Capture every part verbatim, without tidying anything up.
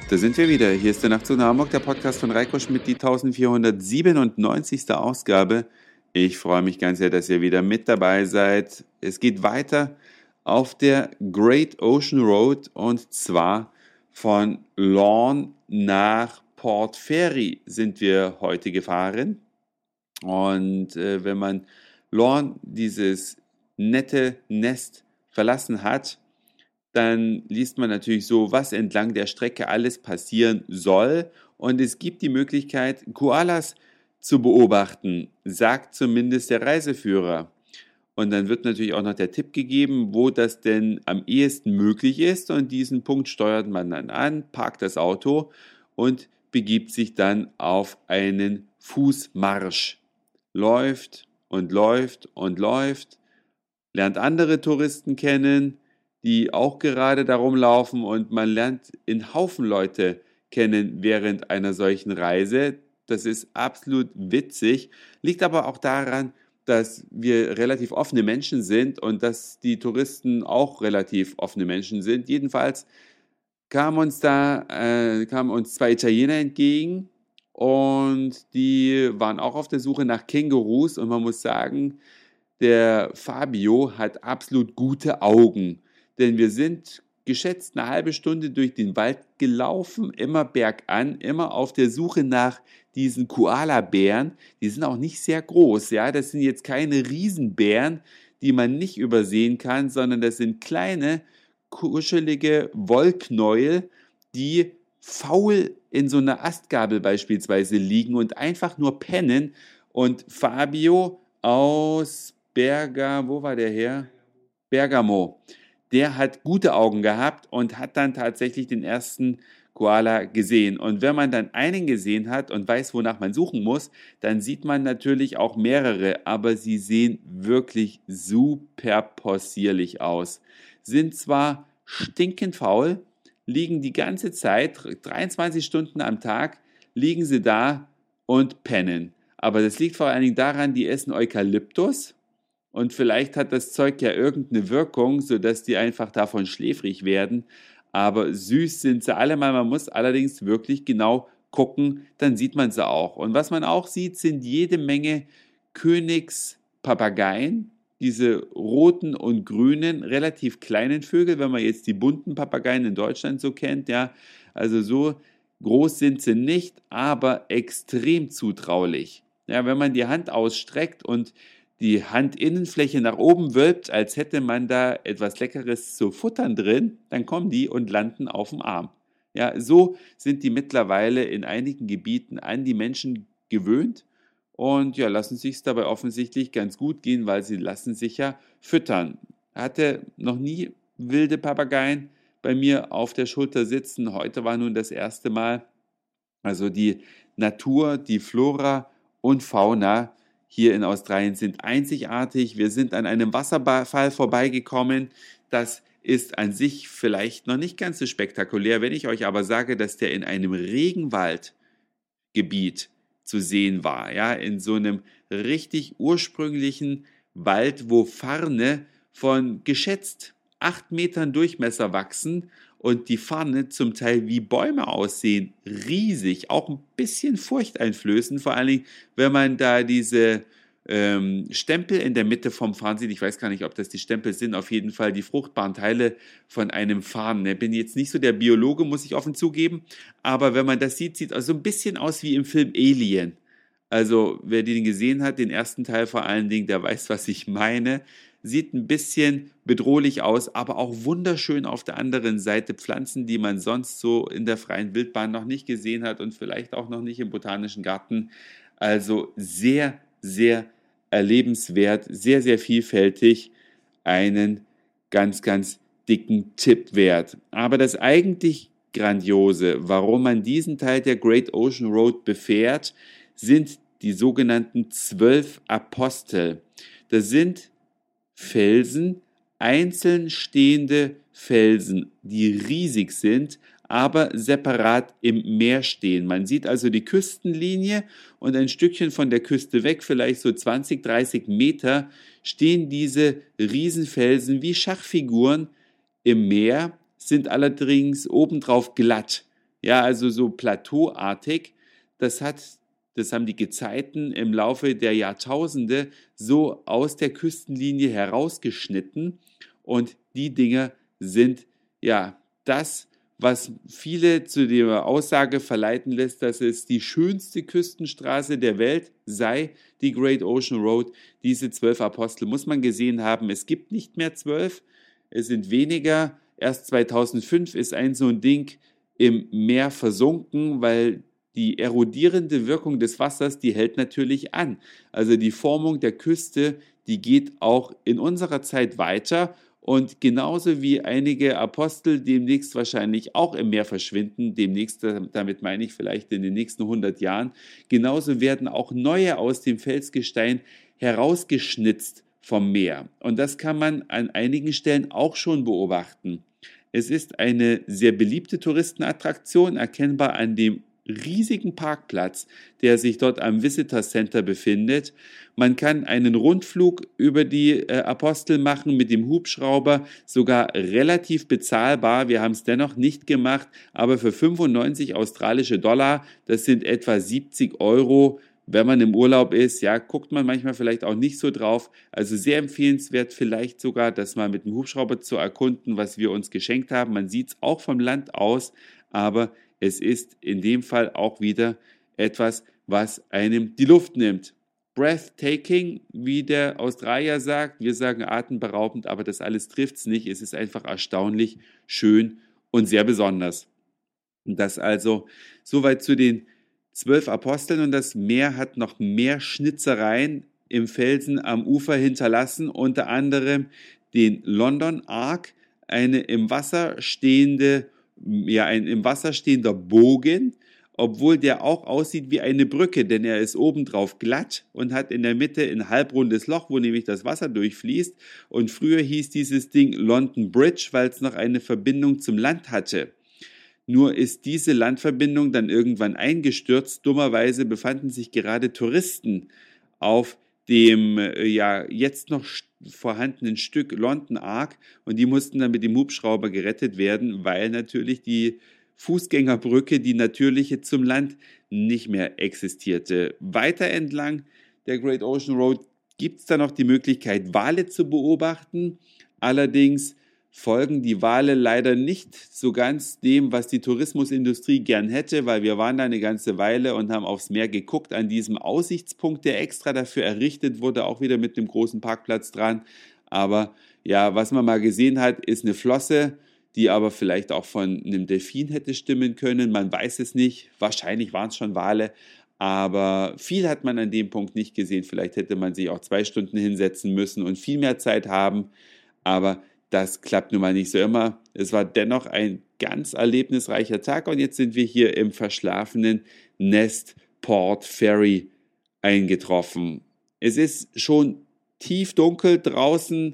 Da sind wir wieder. Hier ist der Nachtzug nach Hamburg, der Podcast von Reiko Schmidt, die eintausendvierhundertsiebenundneunzigste Ausgabe. Ich freue mich ganz sehr, dass ihr wieder mit dabei seid. Es geht weiter auf der Great Ocean Road und zwar von Lorne nach Port Fairy sind wir heute gefahren. Und äh, wenn man Lorne, dieses nette Nest, verlassen hat, dann liest man natürlich so, was entlang der Strecke alles passieren soll. Und es gibt die Möglichkeit, Koalas zu beobachten, sagt zumindest der Reiseführer. Und dann wird natürlich auch noch der Tipp gegeben, wo das denn am ehesten möglich ist. Und diesen Punkt steuert man dann an, parkt das Auto und begibt sich dann auf einen Fußmarsch. Läuft und läuft und läuft, lernt andere Touristen kennen, die auch gerade darum laufen, und man lernt in Haufen Leute kennen während einer solchen Reise. Das ist absolut witzig, liegt aber auch daran, dass wir relativ offene Menschen sind und dass die Touristen auch relativ offene Menschen sind. Jedenfalls kamen uns da äh, kamen uns zwei Italiener entgegen und die waren auch auf der Suche nach Kängurus, und man muss sagen, der Fabio hat absolut gute Augen. Denn wir sind geschätzt eine halbe Stunde durch den Wald gelaufen, immer bergan, immer auf der Suche nach diesen Koalabären. Die sind auch nicht sehr groß, ja. Das sind jetzt keine Riesenbären, die man nicht übersehen kann, sondern das sind kleine, kuschelige Wollknäuel, die faul in so einer Astgabel beispielsweise liegen und einfach nur pennen. Und Fabio aus Berga, wo war der her? Bergamo. Der hat gute Augen gehabt und hat dann tatsächlich den ersten Koala gesehen. Und wenn man dann einen gesehen hat und weiß, wonach man suchen muss, dann sieht man natürlich auch mehrere, aber sie sehen wirklich super possierlich aus. Sind zwar stinkend faul, liegen die ganze Zeit, dreiundzwanzig Stunden am Tag, liegen sie da und pennen. Aber das liegt vor allen Dingen daran, die essen Eukalyptus. Und vielleicht hat das Zeug ja irgendeine Wirkung, sodass die einfach davon schläfrig werden. Aber süß sind sie allemal. Man muss allerdings wirklich genau gucken, dann sieht man sie auch. Und was man auch sieht, sind jede Menge Königspapageien. Diese roten und grünen, relativ kleinen Vögel, wenn man jetzt die bunten Papageien in Deutschland so kennt. Ja, also so groß sind sie nicht, aber extrem zutraulich. Ja, wenn man die Hand ausstreckt und die Handinnenfläche nach oben wölbt, als hätte man da etwas Leckeres zu futtern drin, dann kommen die und landen auf dem Arm. Ja, so sind die mittlerweile in einigen Gebieten an die Menschen gewöhnt und ja, lassen sich es dabei offensichtlich ganz gut gehen, weil sie lassen sich ja füttern. Hatte noch nie wilde Papageien bei mir auf der Schulter sitzen. Heute war nun das erste Mal. Also die Natur, die Flora und Fauna hier in Australien sind einzigartig. Wir sind an einem Wasserfall vorbeigekommen. Das ist an sich vielleicht noch nicht ganz so spektakulär. Wenn ich euch aber sage, dass der in einem Regenwaldgebiet zu sehen war, ja, in so einem richtig ursprünglichen Wald, wo Farne von geschätzt acht Metern Durchmesser wachsen und die Farne zum Teil wie Bäume aussehen, riesig, auch ein bisschen furchteinflößend, vor allen Dingen, wenn man da diese ähm, Stempel in der Mitte vom Farn sieht. Ich weiß gar nicht, ob das die Stempel sind, auf jeden Fall die fruchtbaren Teile von einem Farn. Ich bin jetzt nicht so der Biologe, muss ich offen zugeben, aber wenn man das sieht, sieht es so ein bisschen aus wie im Film Alien. Also wer den gesehen hat, den ersten Teil vor allen Dingen, der weiß, was ich meine. Sieht ein bisschen bedrohlich aus, aber auch wunderschön auf der anderen Seite. Pflanzen, die man sonst so in der freien Wildbahn noch nicht gesehen hat und vielleicht auch noch nicht im Botanischen Garten. Also sehr, sehr erlebenswert, sehr, sehr vielfältig. Einen ganz, ganz dicken Tipp wert. Aber das eigentlich Grandiose, warum man diesen Teil der Great Ocean Road befährt, sind die sogenannten zwölf Apostel. Das sind Felsen, einzeln stehende Felsen, die riesig sind, aber separat im Meer stehen. Man sieht also die Küstenlinie und ein Stückchen von der Küste weg, vielleicht so zwanzig, dreißig Meter, stehen diese Riesenfelsen wie Schachfiguren im Meer, sind allerdings obendrauf glatt. ja, also so plateauartig. Das hat, das haben die Gezeiten im Laufe der Jahrtausende so aus der Küstenlinie herausgeschnitten und die Dinger sind ja das, was viele zu der Aussage verleiten lässt, dass es die schönste Küstenstraße der Welt sei, die Great Ocean Road. Diese zwölf Apostel muss man gesehen haben. Es gibt nicht mehr zwölf, es sind weniger. Erst zweitausendfünf ist ein so ein Ding im Meer versunken, weil die erodierende Wirkung des Wassers, die hält natürlich an. Also die Formung der Küste, die geht auch in unserer Zeit weiter. Und genauso wie einige Apostel demnächst wahrscheinlich auch im Meer verschwinden, demnächst, damit meine ich vielleicht in den nächsten hundert Jahren, genauso werden auch neue aus dem Felsgestein herausgeschnitzt vom Meer. Und das kann man an einigen Stellen auch schon beobachten. Es ist eine sehr beliebte Touristenattraktion, erkennbar an dem riesigen Parkplatz, der sich dort am Visitor Center befindet. Man kann einen Rundflug über die äh, Apostel machen mit dem Hubschrauber, sogar relativ bezahlbar. Wir haben es dennoch nicht gemacht, aber für fünfundneunzig australische Dollar, das sind etwa siebzig Euro, wenn man im Urlaub ist, ja, guckt man manchmal vielleicht auch nicht so drauf. Also sehr empfehlenswert vielleicht sogar, das mal mit dem Hubschrauber zu erkunden, was wir uns geschenkt haben. Man sieht es auch vom Land aus, aber es ist in dem Fall auch wieder etwas, was einem die Luft nimmt. Breathtaking, wie der Australier sagt. Wir sagen atemberaubend, aber das alles trifft es nicht. Es ist einfach erstaunlich, schön und sehr besonders. Und das also soweit zu den zwölf Aposteln. Und das Meer hat noch mehr Schnitzereien im Felsen am Ufer hinterlassen, unter anderem den London Arc, eine im Wasser stehende ja, ein im Wasser stehender Bogen, obwohl der auch aussieht wie eine Brücke, denn er ist obendrauf glatt und hat in der Mitte ein halbrundes Loch, wo nämlich das Wasser durchfließt. Und früher hieß dieses Ding London Bridge, weil es noch eine Verbindung zum Land hatte. Nur ist diese Landverbindung dann irgendwann eingestürzt. Dummerweise befanden sich gerade Touristen auf dem ja jetzt noch vorhandenen Stück London Arc und die mussten dann mit dem Hubschrauber gerettet werden, weil natürlich die Fußgängerbrücke, die natürliche zum Land, nicht mehr existierte. Weiter entlang der Great Ocean Road gibt es dann noch die Möglichkeit, Wale zu beobachten. Allerdings folgen die Wale leider nicht so ganz dem, was die Tourismusindustrie gern hätte, weil wir waren da eine ganze Weile und haben aufs Meer geguckt, an diesem Aussichtspunkt, der extra dafür errichtet wurde, auch wieder mit einem großen Parkplatz dran. Aber ja, was man mal gesehen hat, ist eine Flosse, die aber vielleicht auch von einem Delfin hätte stimmen können. Man weiß es nicht. Wahrscheinlich waren es schon Wale. Aber viel hat man an dem Punkt nicht gesehen. Vielleicht hätte man sich auch zwei Stunden hinsetzen müssen und viel mehr Zeit haben. Aber das klappt nun mal nicht so immer. Es war dennoch ein ganz erlebnisreicher Tag und jetzt sind wir hier im verschlafenen Nest Port Fairy eingetroffen. Es ist schon tief dunkel draußen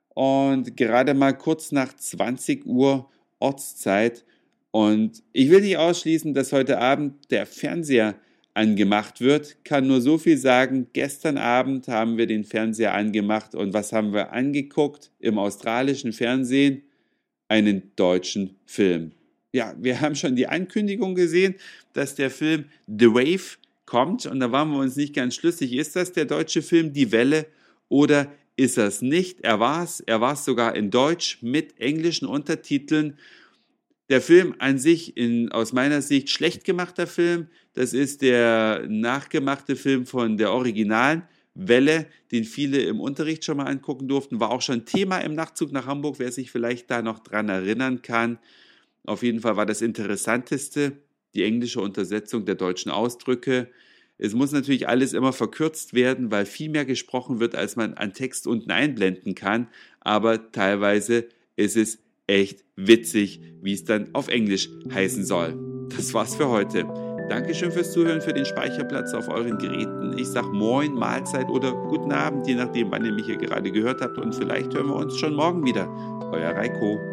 und gerade mal kurz nach zwanzig Uhr Ortszeit. Und ich will nicht ausschließen, dass heute Abend der Fernseher angemacht wird. Kann nur so viel sagen, gestern Abend haben wir den Fernseher angemacht und was haben wir angeguckt im australischen Fernsehen? Einen deutschen Film. Ja, wir haben schon die Ankündigung gesehen, dass der Film The Wave kommt und da waren wir uns nicht ganz schlüssig. Ist das der deutsche Film Die Welle oder ist das nicht? Er war es, er war es sogar in Deutsch mit englischen Untertiteln. Der Film an sich, in, aus meiner Sicht, schlecht gemachter Film. Das ist der nachgemachte Film von der originalen Welle, den viele im Unterricht schon mal angucken durften. War auch schon Thema im Nachtzug nach Hamburg, wer sich vielleicht da noch dran erinnern kann. Auf jeden Fall war das Interessanteste die englische Untersetzung der deutschen Ausdrücke. Es muss natürlich alles immer verkürzt werden, weil viel mehr gesprochen wird, als man an Text unten einblenden kann. Aber teilweise ist es echt witzig, wie es dann auf Englisch heißen soll. Das war's für heute. Dankeschön fürs Zuhören, für den Speicherplatz auf euren Geräten. Ich sag Moin, Mahlzeit oder guten Abend, je nachdem, wann ihr mich hier gerade gehört habt. Und vielleicht hören wir uns schon morgen wieder. Euer Reiko.